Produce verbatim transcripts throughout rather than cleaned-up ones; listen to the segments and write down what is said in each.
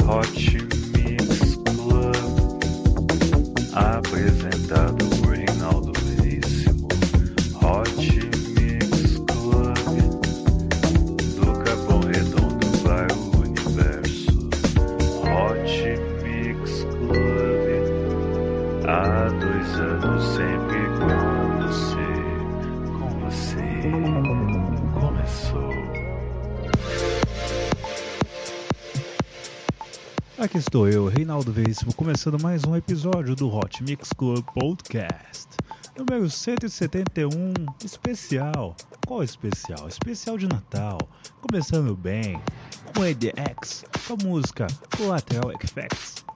Hot Mix Club, apresentado por Reinaldo Veríssimo. Hot Mix Club, do Capão Redondo vai o universo. Hot Mix Club, há dois anos sempre com você, com você, começou. Aqui estou eu, Reinaldo Veríssimo, começando mais um episódio do Hot Mix Club Podcast, número cento e setenta e um, especial. Qual especial? Especial de Natal, começando bem, com A D X, com a música Collateral Effects.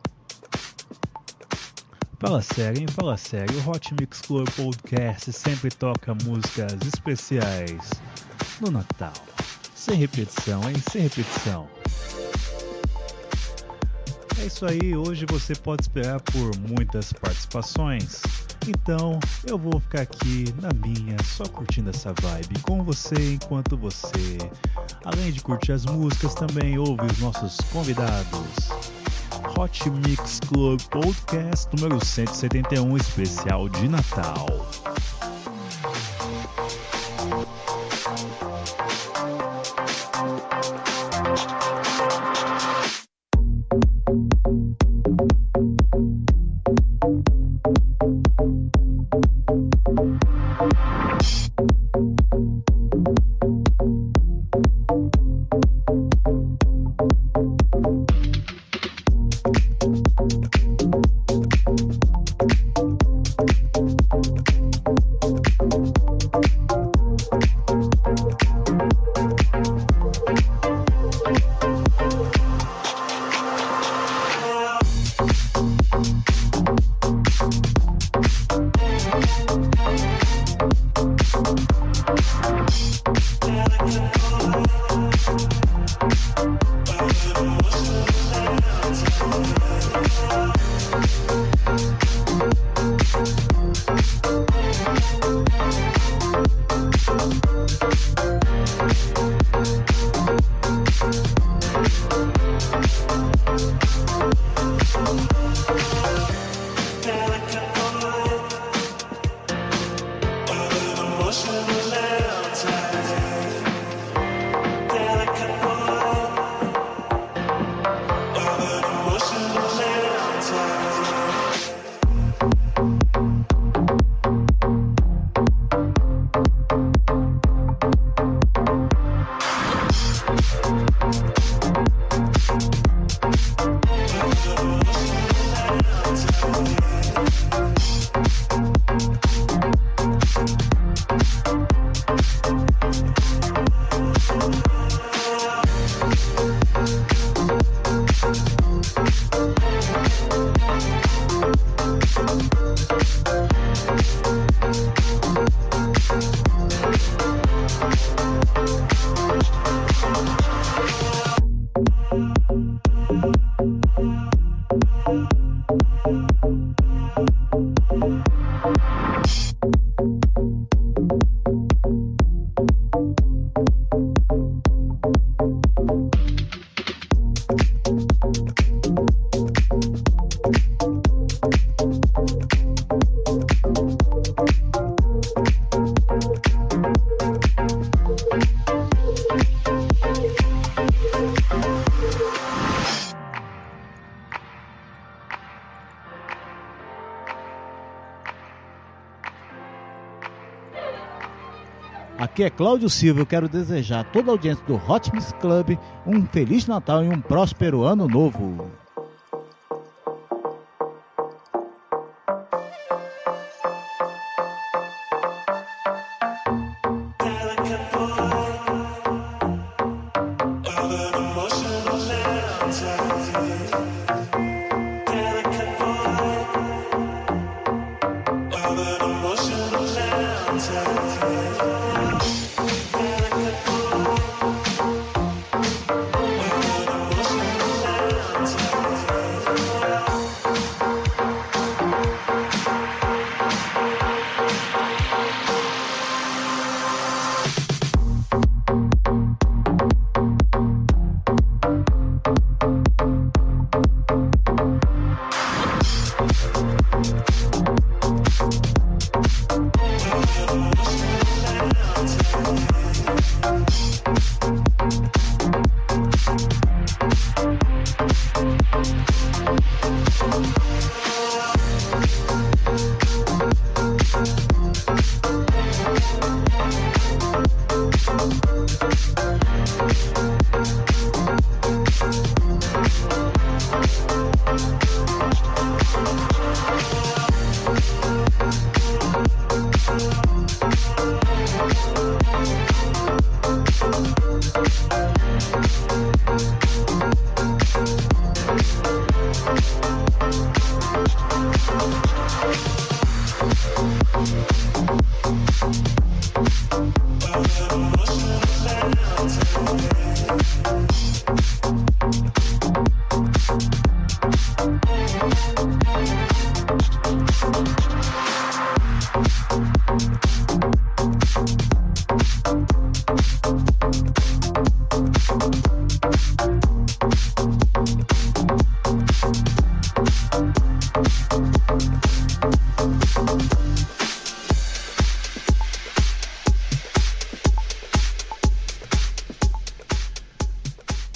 Fala sério, hein? Fala sério, o Hot Mix Club Podcast sempre toca músicas especiais no Natal, sem repetição, hein? Sem repetição. É isso aí, hoje você pode esperar por muitas participações, então eu vou ficar aqui na minha, só curtindo essa vibe com você, enquanto você, além de curtir as músicas, também ouve os nossos convidados. Hot Mix Club Podcast número cento e setenta e um, especial de Natal. Aqui é Cláudio Silva, eu quero desejar a toda a audiência do Hot Mix Club um Feliz Natal e um próspero Ano Novo.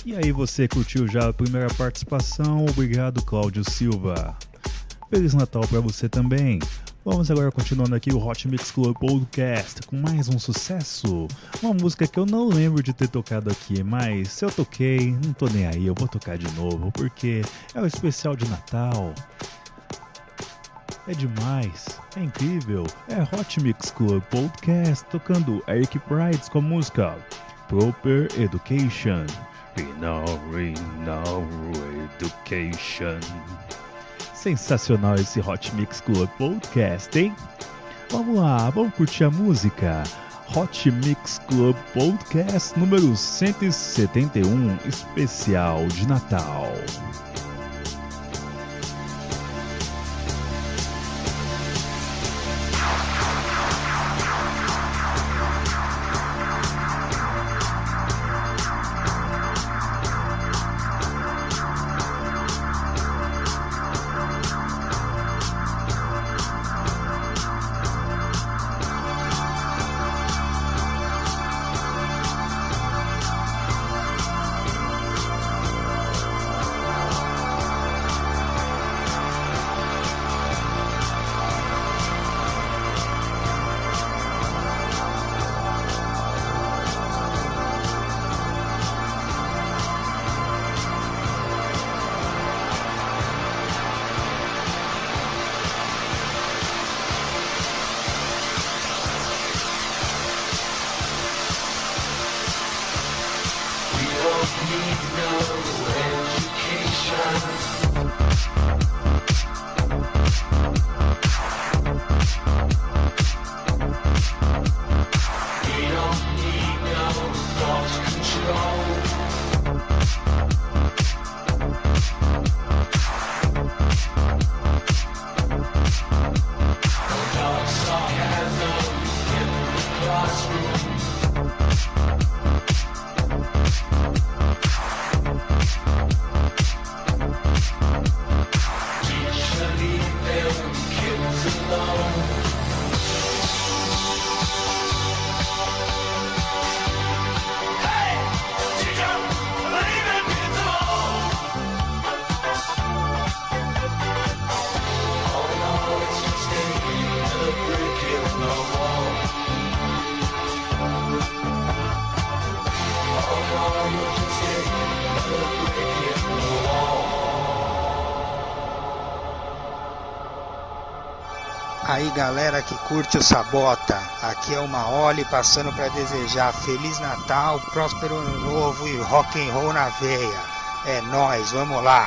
E aí, você curtiu já a primeira participação? Obrigado, Cláudio Silva. Feliz Natal para você também. Vamos agora continuando aqui o Hot Mix Club Podcast com mais um sucesso. Uma música que eu não lembro de ter tocado aqui, mas se eu toquei, não tô nem aí, eu vou tocar de novo, porque é o especial de Natal. É demais, é incrível. É Hot Mix Club Podcast tocando Eric Prydz com a música Proper Education. Final, Final Education. Sensacional esse Hot Mix Club Podcast, hein? Vamos lá, vamos curtir a música. Hot Mix Club Podcast número cento e setenta e um, especial de Natal. Aí galera que curte o Sabota, aqui é o Maoli passando para desejar Feliz Natal, próspero Ano Novo e rock and roll na veia. É nóis, vamos lá!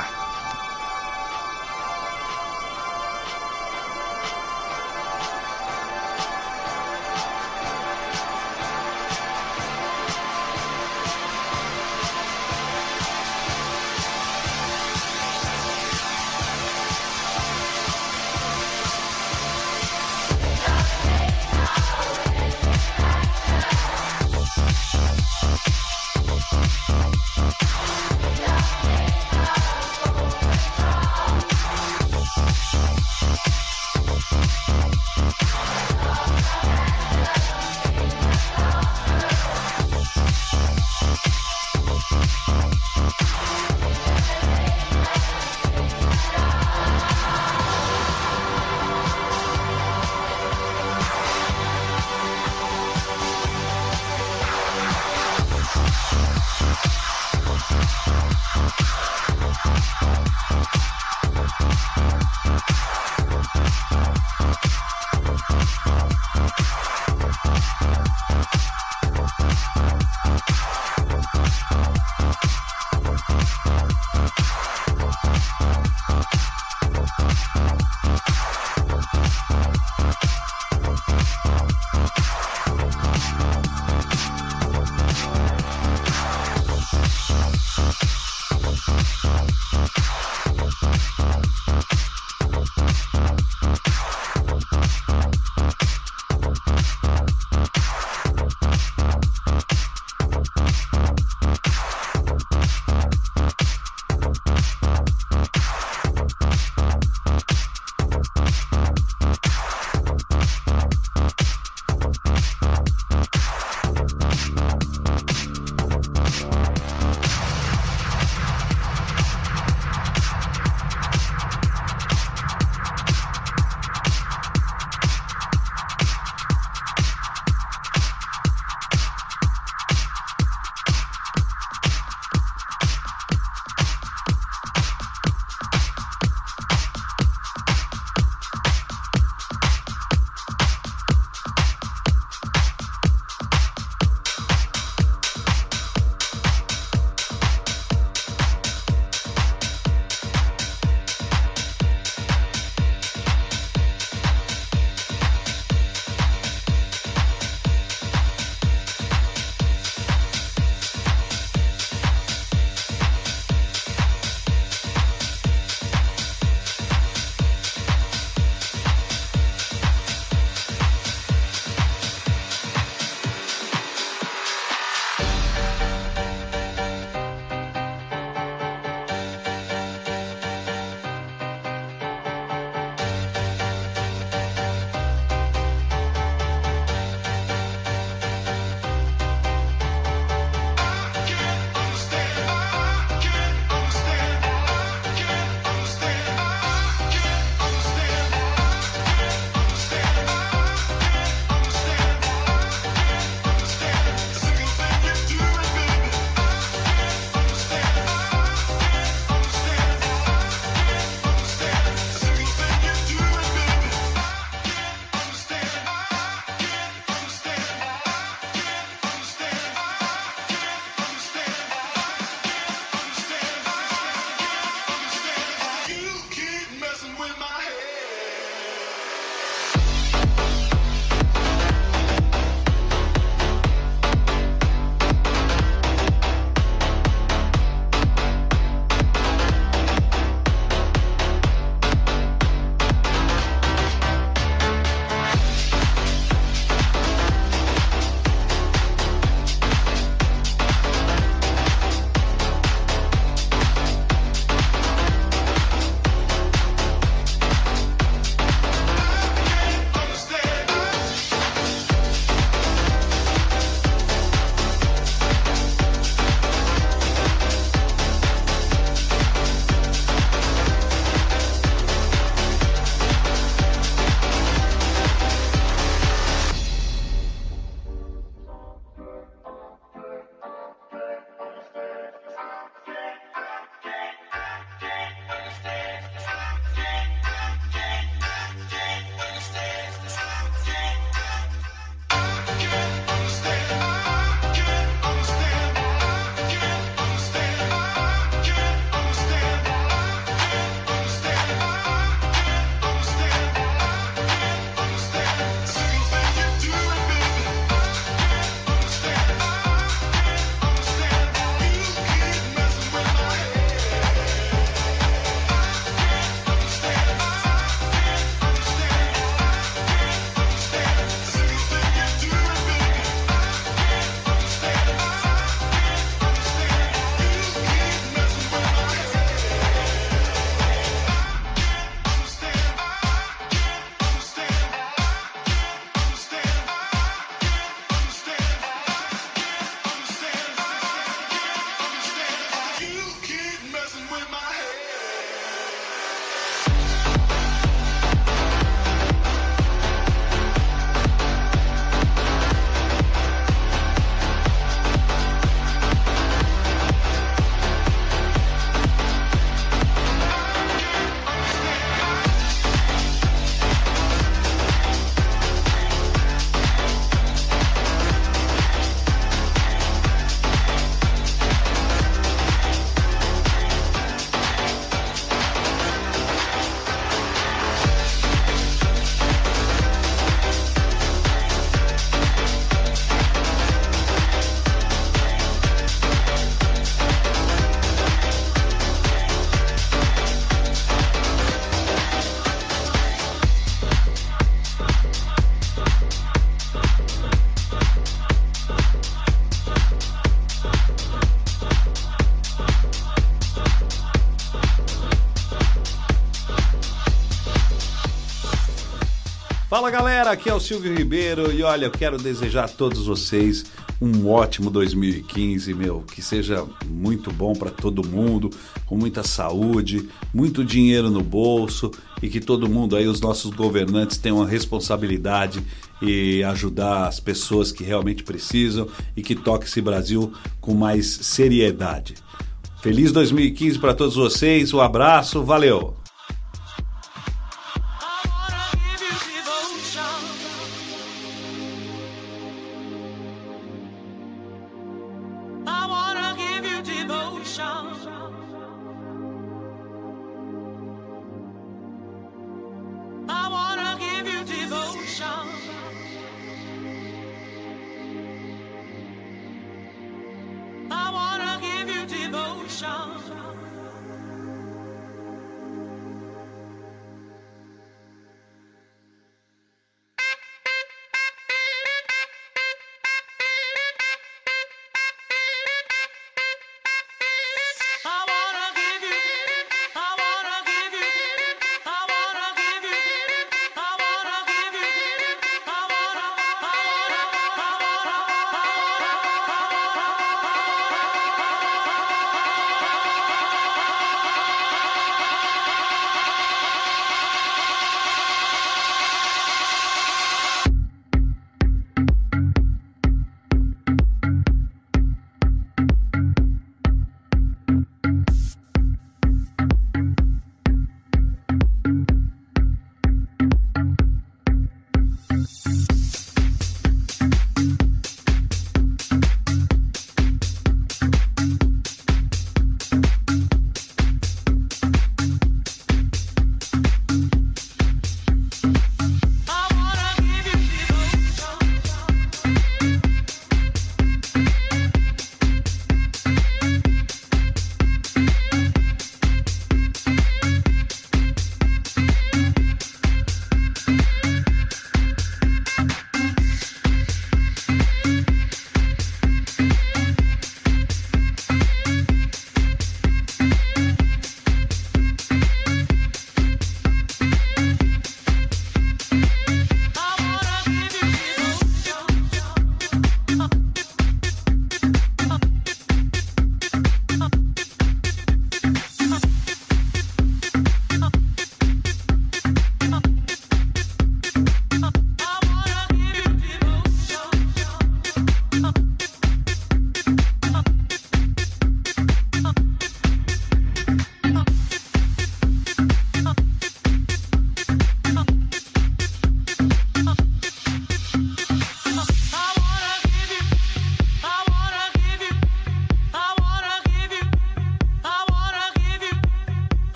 Fala galera, aqui é o Silvio Ribeiro e olha, eu quero desejar a todos vocês um ótimo dois mil e quinze, meu, que seja muito bom para todo mundo, com muita saúde, muito dinheiro no bolso e que todo mundo aí, os nossos governantes tenham a responsabilidade e ajudar as pessoas que realmente precisam e que toque esse Brasil com mais seriedade. Feliz dois mil e quinze para todos vocês, um abraço, valeu!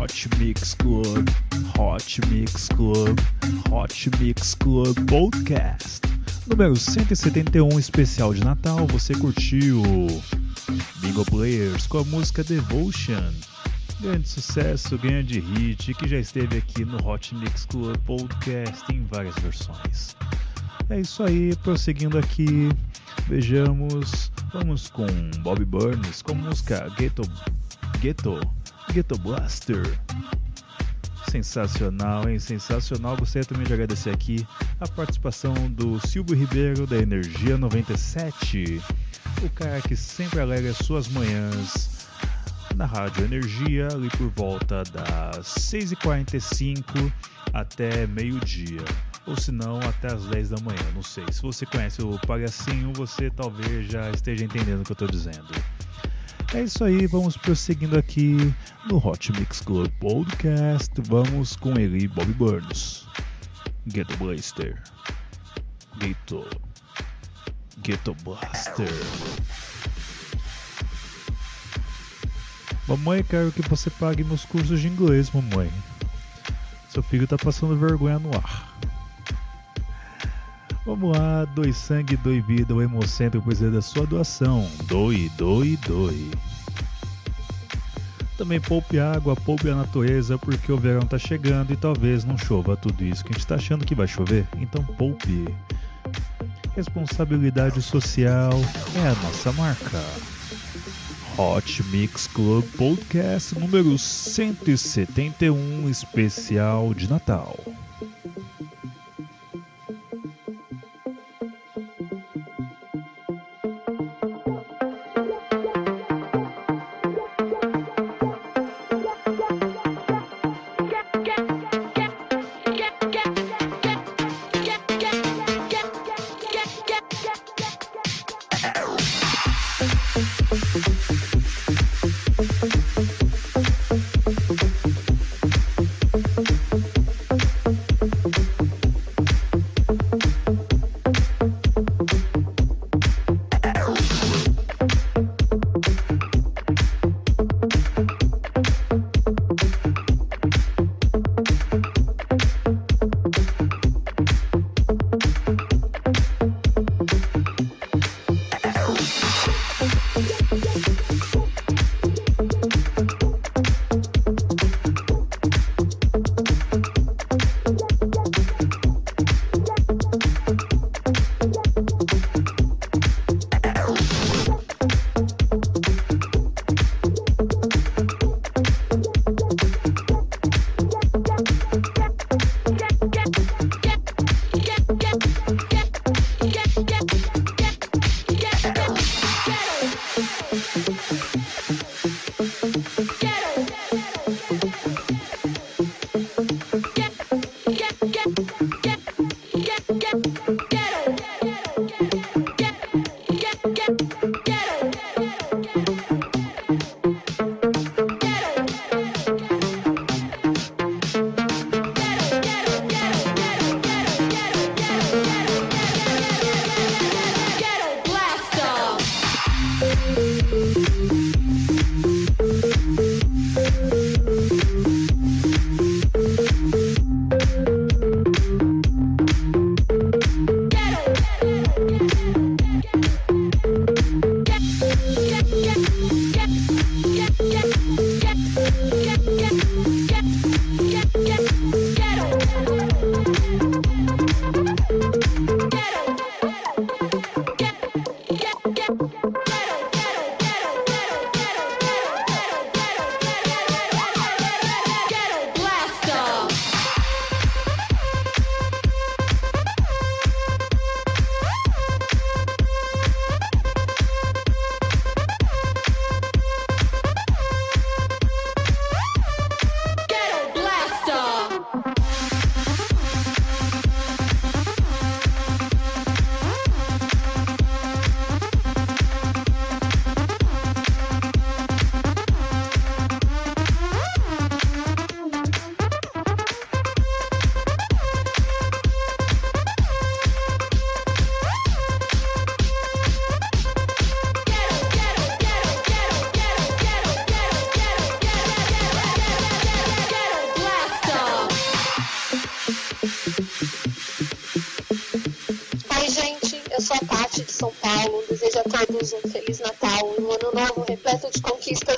Hot Mix Club, Hot Mix Club, Hot Mix Club Podcast. Número cento e setenta e um, especial de Natal. Você curtiu Bingo Players com a música Devotion. Grande sucesso, grande hit, que já esteve aqui no Hot Mix Club Podcast em várias versões. É isso aí, prosseguindo aqui, vejamos, vamos com Bobby Burns com a música Ghetto, Ghetto, Ghetto Blaster. Sensacional, hein? Sensacional. Gostaria também de agradecer aqui a participação do Silvio Ribeiro da Energia noventa e sete, o cara que sempre alegra suas manhãs na Rádio Energia, ali por volta das seis e quarenta e cinco até meio-dia, ou se não, até as dez da manhã, não sei. Se você conhece o Palhacinho, você talvez já esteja entendendo o que eu estou dizendo. É isso aí, vamos prosseguindo aqui no Hot Mix Club Podcast. Vamos com ele, Bobby Burns. Ghetto Blaster. Ghetto. Ghetto Blaster. Mamãe, quero que você pague meus cursos de inglês, mamãe. Seu filho tá passando vergonha no ar. Vamos lá, doe sangue, doe vida, o Hemocentro precisa da sua doação. Doe, doe, doe. Também poupe água, poupe a natureza, porque o verão tá chegando e talvez não chova tudo isso que a gente tá achando que vai chover. Então poupe. Responsabilidade social é a nossa marca. Hot Mix Club Podcast número cento e setenta e um, especial de Natal.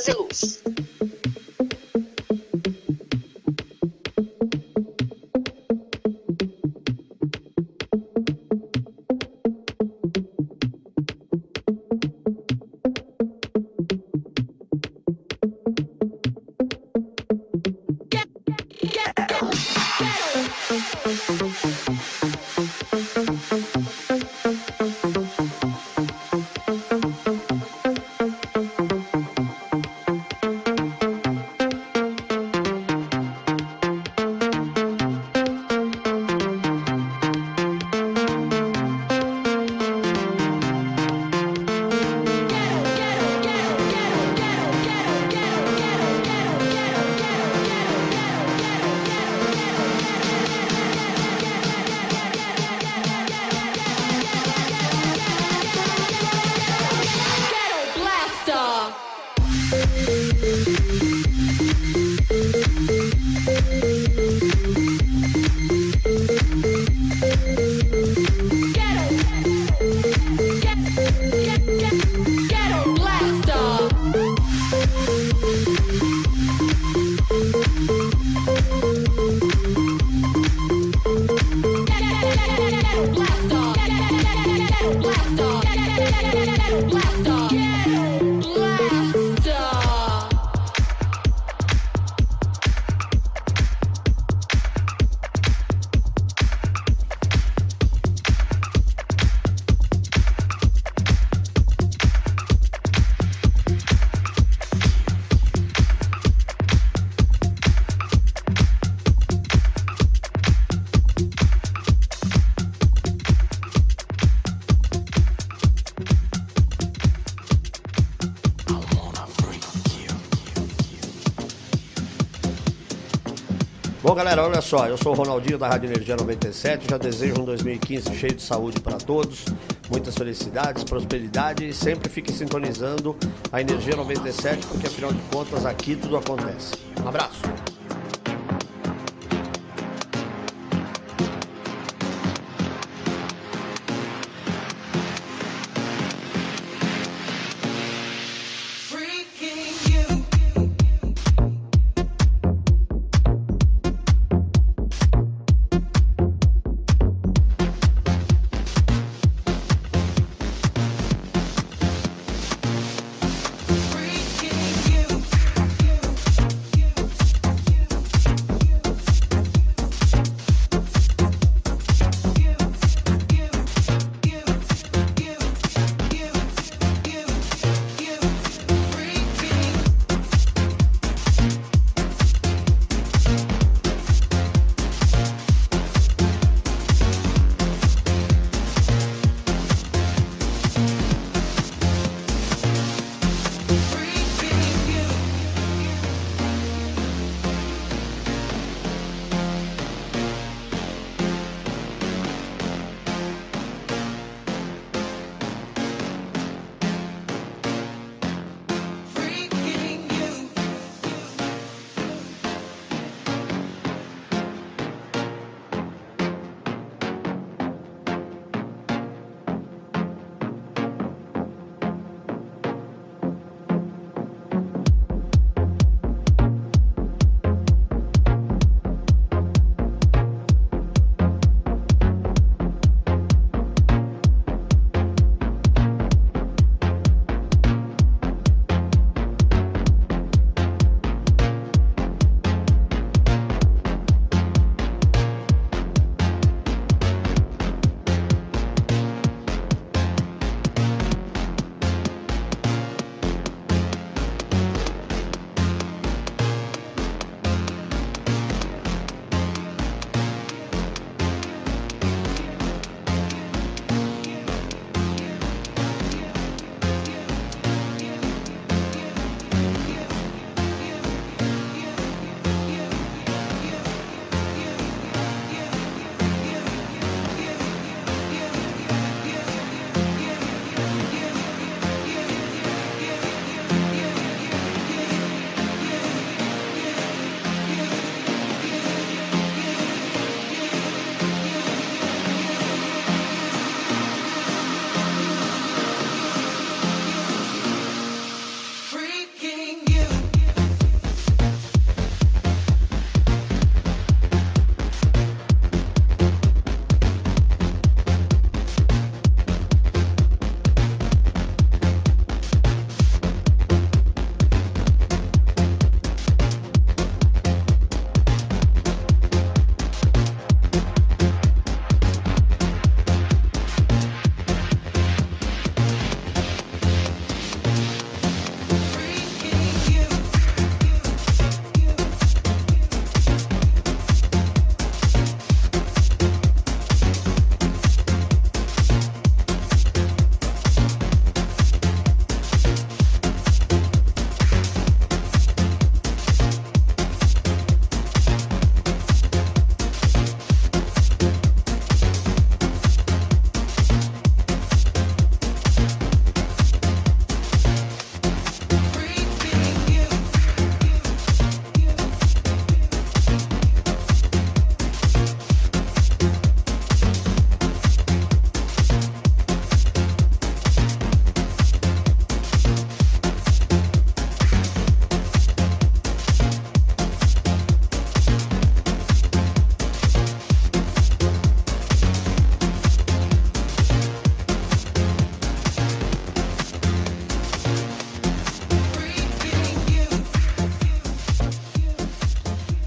Zeluz. Bom, galera, olha só, eu sou o Ronaldinho da Rádio Energia noventa e sete, já desejo um dois mil e quinze cheio de saúde para todos, muitas felicidades, prosperidade e sempre fique sintonizando a Energia noventa e sete, porque afinal de contas aqui tudo acontece. Um abraço!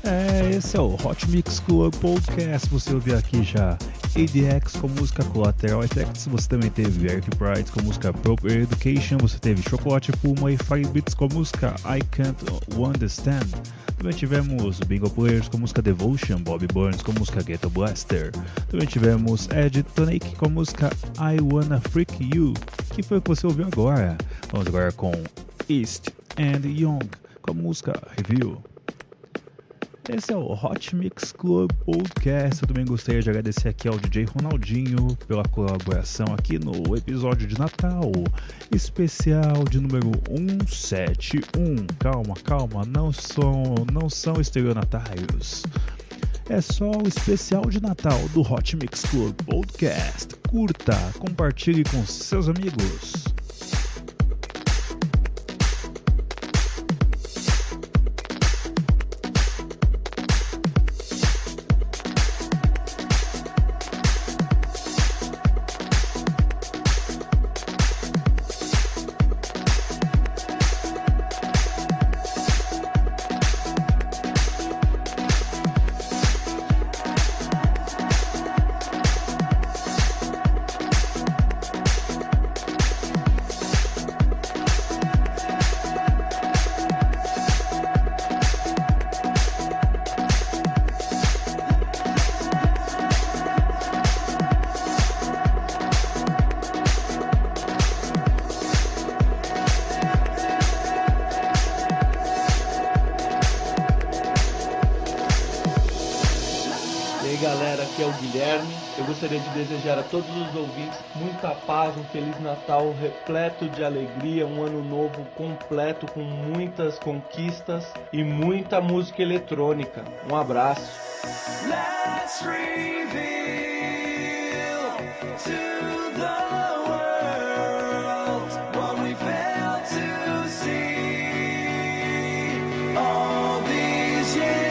É, esse é o Hot Mix Club Podcast. Você ouviu aqui já A D X com música Collateral Effects. Você também teve Eric Prydz com música Proper Education. Você teve Chocolate Puma e Fire Beats com música I Can't Understand. Também tivemos Bingo Players com música Devotion, Bobby Burns com música Ghetto Blaster. Também tivemos Ed Tonic com música I Wanna Freak You, que foi o que você ouviu agora. Vamos agora com East and Young com a música Review. Esse é o Hot Mix Club Podcast. Eu também gostaria de agradecer aqui ao D J Ronaldinho pela colaboração aqui no episódio de Natal especial de número cento e setenta e um. Calma, calma, não são, não são estelionatários. É só o especial de Natal do Hot Mix Club Podcast. Curta, compartilhe com seus amigos. Aqui é o Guilherme. Eu gostaria de desejar a todos os ouvintes muita paz, um Feliz Natal repleto de alegria, um ano novo completo com muitas conquistas e muita música eletrônica. Um abraço. Let's reveal to the world what we failed to see all these years.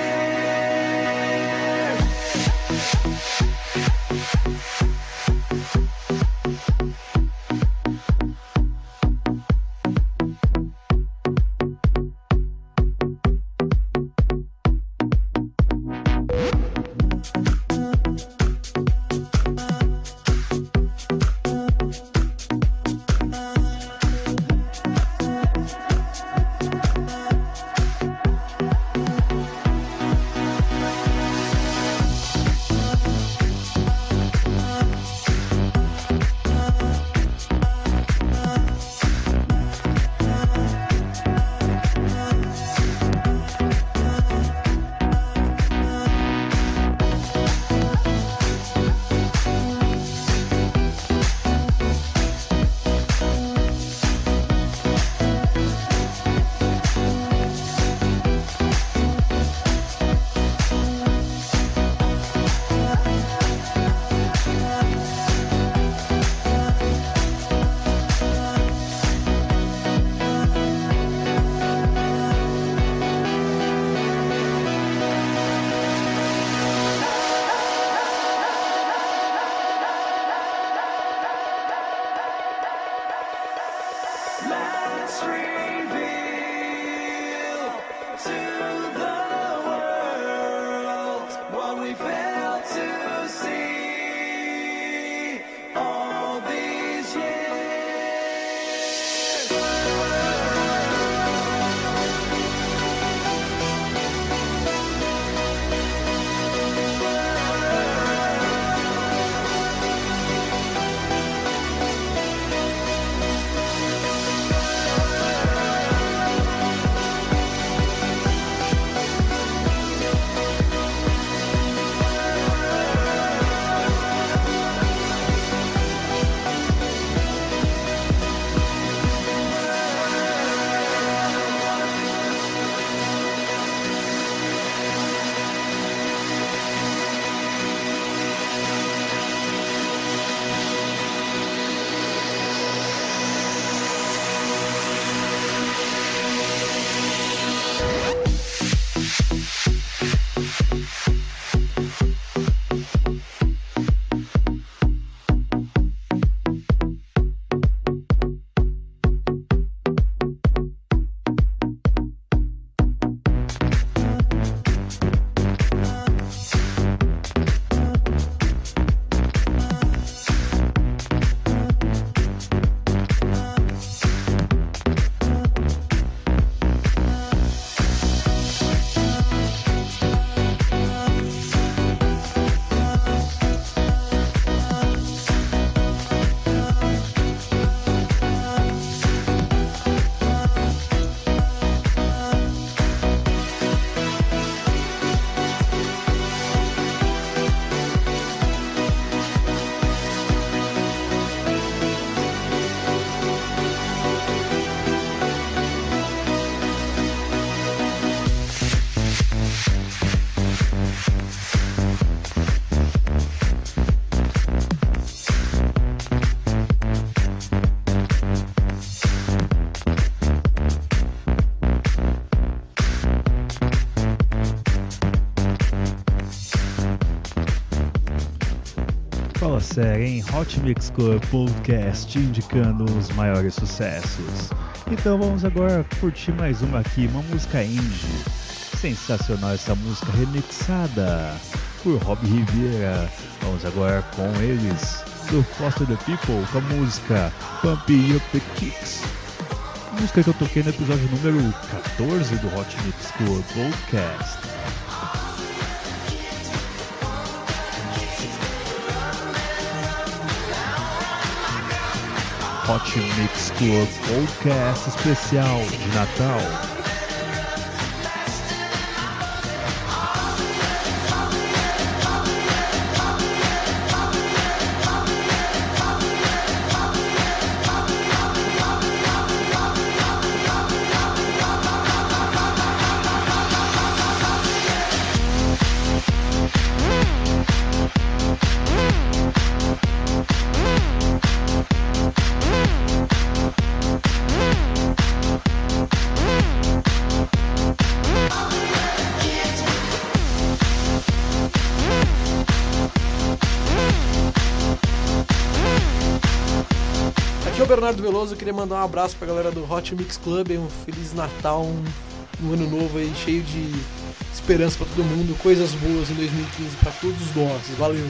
Fala sério, hein? Hot Mix Club Podcast indicando os maiores sucessos. Então vamos agora curtir mais uma aqui, uma música indie. Sensacional essa música remixada por Rob Rivera. Vamos agora com eles, do Foster the People, com a música Pump Up the Kicks. Música que eu toquei no episódio número quatorze do Hot Mix Club Podcast. Hot Mix Club Podcast especial de Natal. Bernardo Veloso, eu queria mandar um abraço pra galera do Hot Mix Club, um Feliz Natal, um, um ano novo aí, cheio de esperança pra todo mundo, coisas boas em dois mil e quinze pra todos nós. Valeu!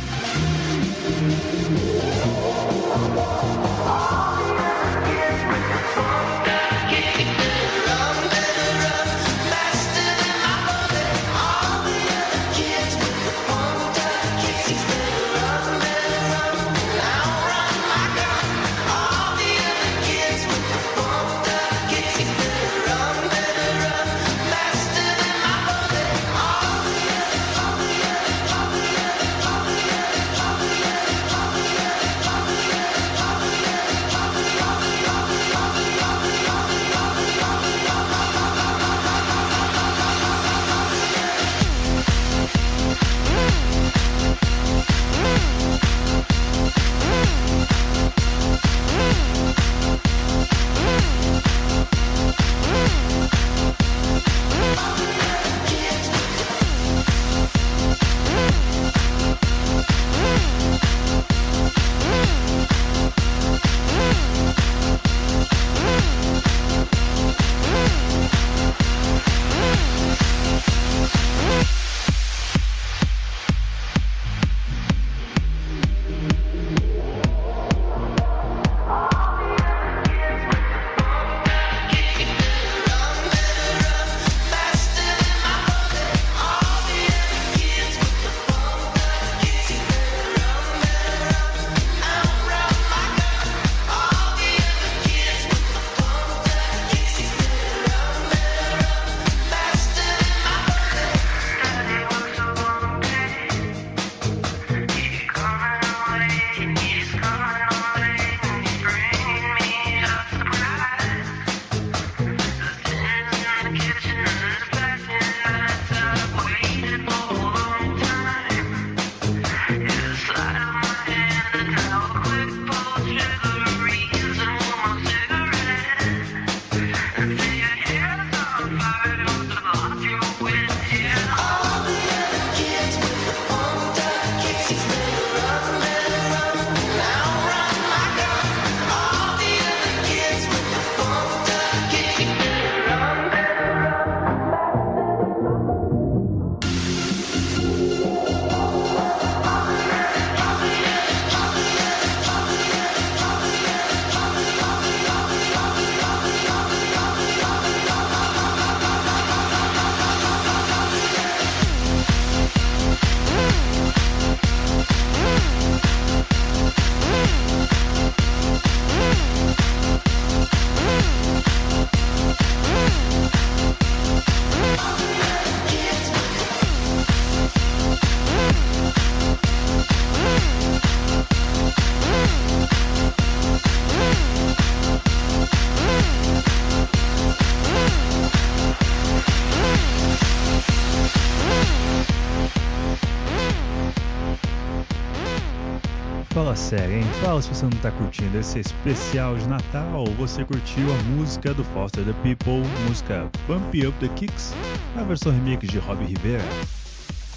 Fala sério, hein? Fala se você não tá curtindo esse especial de Natal. Você curtiu a música do Foster the People, música Pump Up the Kicks, na versão remix de Rob Rivera.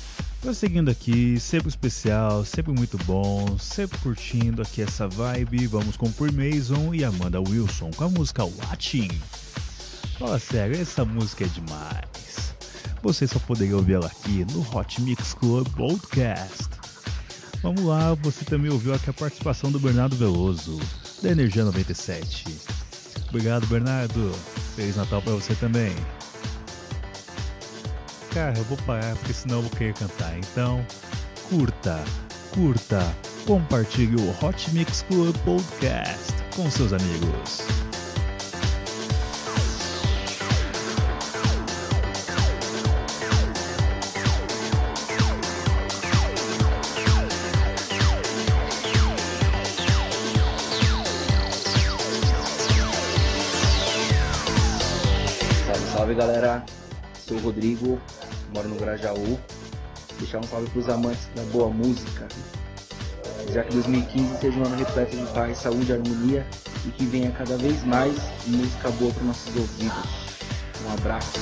Prosseguindo aqui, sempre especial, sempre muito bom, sempre curtindo aqui essa vibe. Vamos com Freemason e Amanda Wilson com a música Watching. Fala sério, essa música é demais. Você só poderia ouvir ela aqui no Hot Mix Club Podcast. Vamos lá, você também ouviu aqui a participação do Bernardo Veloso, da Energia noventa e sete. Obrigado, Bernardo. Feliz Natal pra você também. Cara, eu vou parar porque senão eu vou querer cantar. Então, curta, curta, compartilhe o Hot Mix Club Podcast com seus amigos. Salve, salve galera, sou o Rodrigo, moro no Grajaú. Deixar um salve para os amantes da boa música. Já que dois mil e quinze seja um ano repleto de paz, saúde e harmonia e que venha cada vez mais música boa para nossos ouvidos. Um abraço.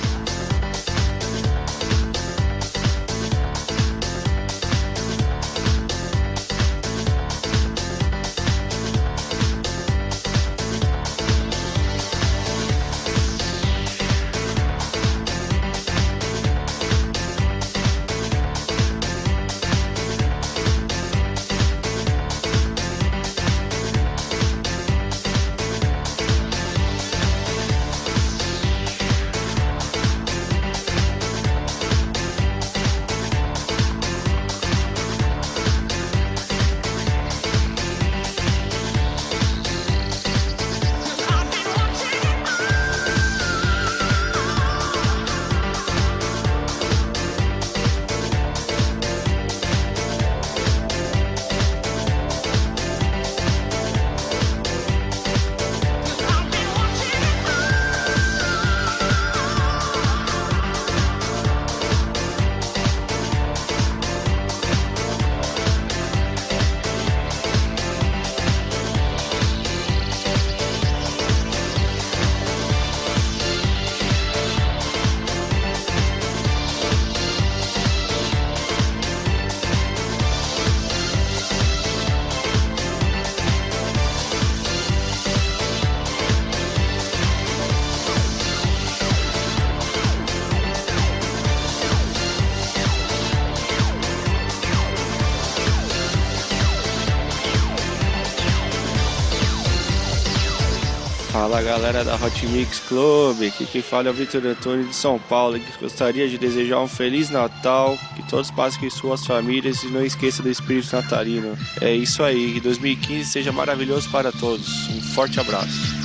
Fala galera da Hot Mix Club, aqui quem fala é o Vitor Antônio de São Paulo, que gostaria de desejar um Feliz Natal, que todos passem com suas famílias e não esqueça do espírito natalino. É isso aí, que dois mil e quinze seja maravilhoso para todos. Um forte abraço.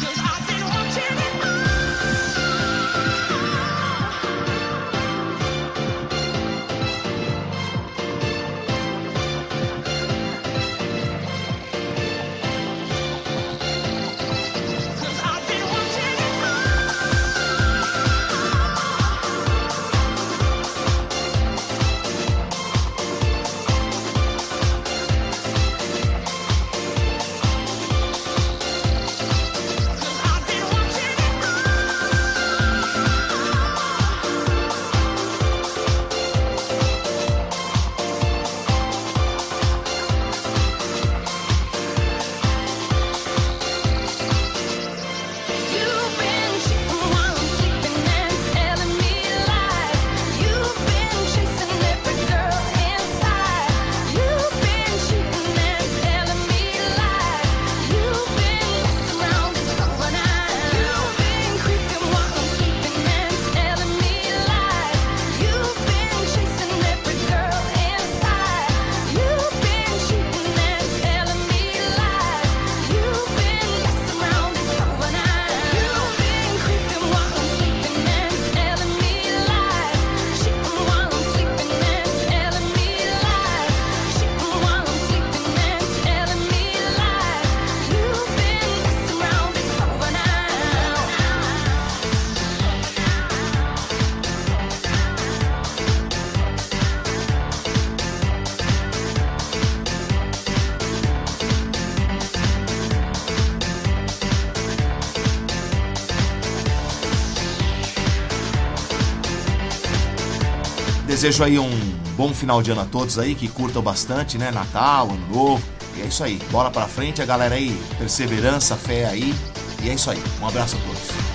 Desejo aí um bom final de ano a todos aí, que curtam bastante, né? Natal, Ano Novo. E é isso aí. Bola pra frente, a galera aí. Perseverança, fé aí. E é isso aí. Um abraço a todos.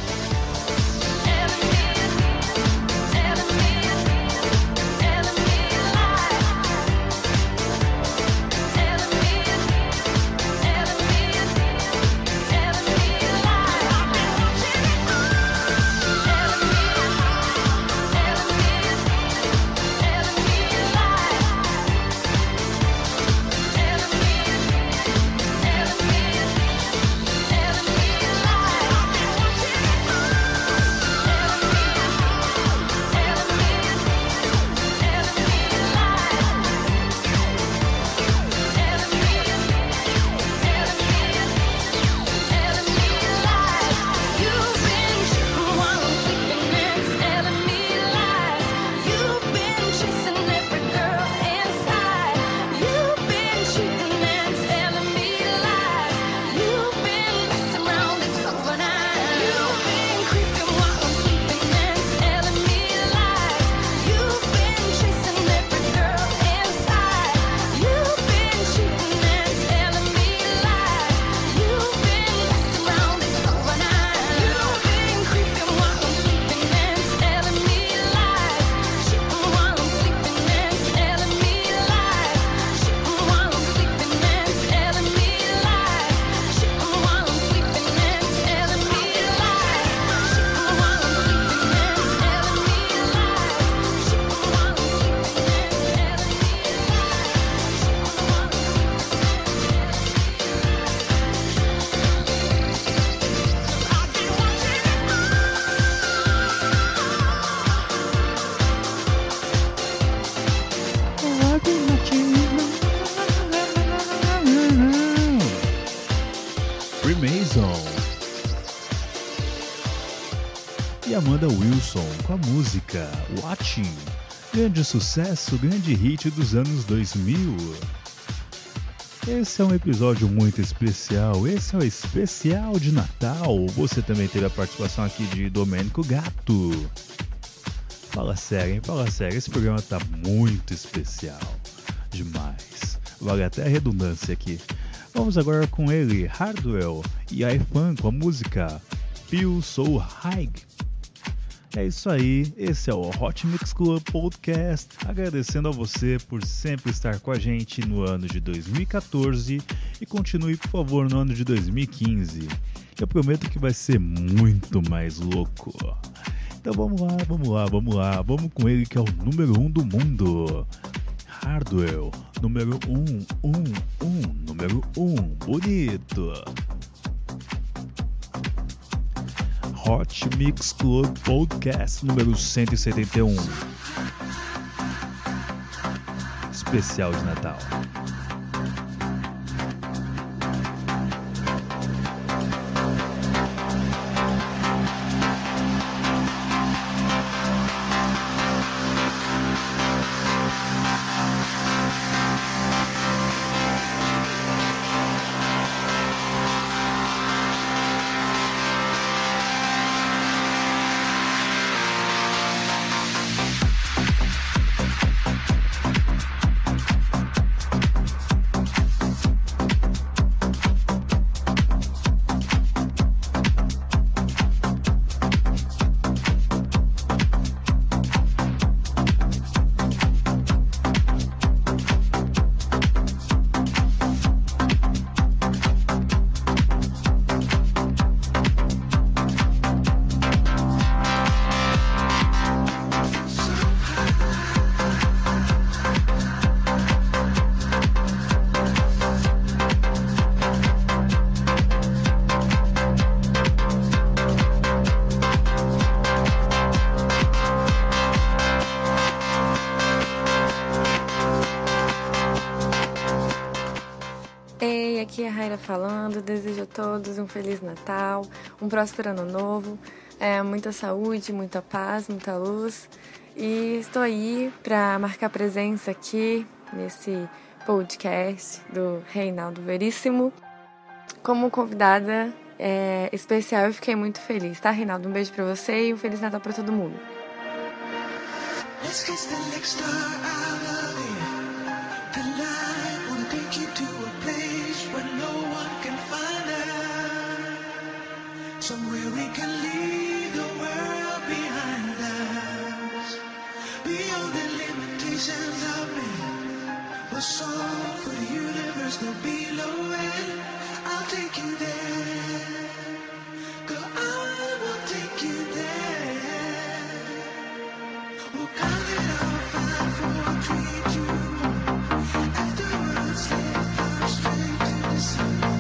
E Amanda Wilson com a música Watching, grande sucesso, grande hit dos anos dois mil. Esse é um episódio muito especial, esse é o especial de Natal. Você também teve a participação aqui de Domênico Gato. Fala sério, hein? Fala sério, esse programa tá muito especial, demais. Vale até a redundância aqui. Vamos agora com ele, Hardwell e iFan com a música Feel So High. É isso aí, esse é o Hot Mix Club Podcast, agradecendo a você por sempre estar com a gente no ano de dois mil e quatorze e continue, por favor, no ano de dois mil e quinze. Eu prometo que vai ser muito mais louco. Então vamos lá, vamos lá, vamos lá, vamos com ele que é o número um do mundo. Hardwell, número um, um, um, número um, bonito. Hot Mix Club Podcast número cento e setenta e um. Especial de Natal. Aqui é a Raira falando, desejo a todos um Feliz Natal, um próspero Ano Novo, é, muita saúde, muita paz, muita luz. E estou aí para marcar presença aqui nesse podcast do Reinaldo Veríssimo. Como convidada é, especial, eu fiquei muito feliz, tá, Reinaldo? Um beijo para você e um Feliz Natal para todo mundo. Let's kiss the next star out of it. Tonight, wanna take you to a place where no one can find us. Somewhere we can leave the world behind us. Beyond the limitations of man. We'll soar for the universe, no below it. I'll take you there. Girl, I will take you there. We'll count it all, five, four, three, two, one. Afterwards, let's fly straight to the sun.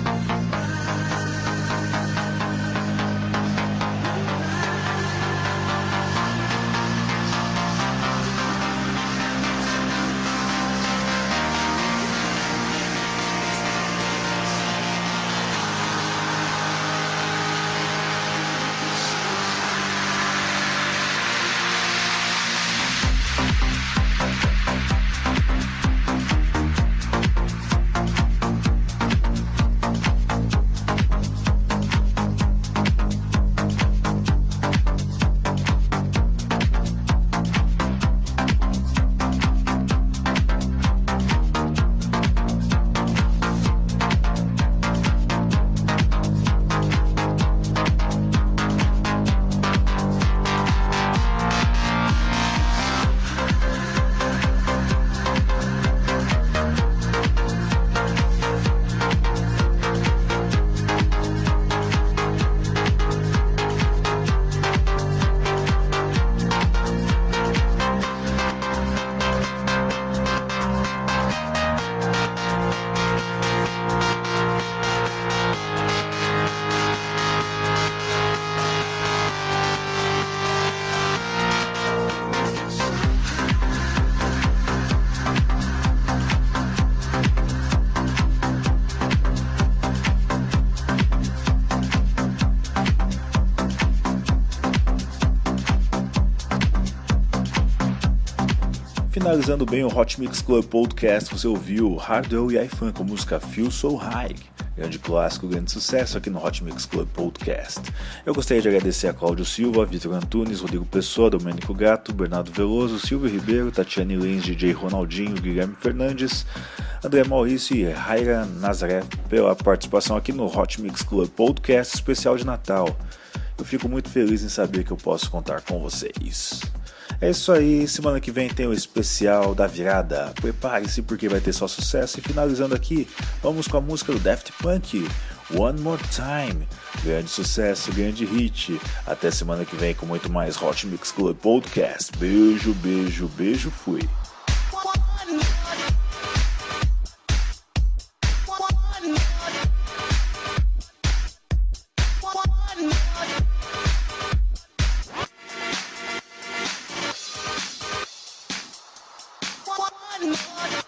Finalizando bem o Hot Mix Club Podcast, você ouviu Hardwell e iFunk com a música Feel So High, grande clássico, grande sucesso aqui no Hot Mix Club Podcast. Eu gostaria de agradecer a Cláudio Silva, Vitor Antunes, Rodrigo Pessoa, Domênico Gato, Bernardo Veloso, Silvio Ribeiro, Tatiane Lins, D J Ronaldinho, Guilherme Fernandes, André Maurício e Raira Nazaré pela participação aqui no Hot Mix Club Podcast especial de Natal. Eu fico muito feliz em saber que eu posso contar com vocês. É isso aí, semana que vem tem o especial da virada. Prepare-se porque vai ter só sucesso. E finalizando aqui, vamos com a música do Daft Punk, One More Time. Grande sucesso, grande hit. Até semana que vem com muito mais Hot Mix Club Podcast. Beijo, beijo, beijo, fui. One more.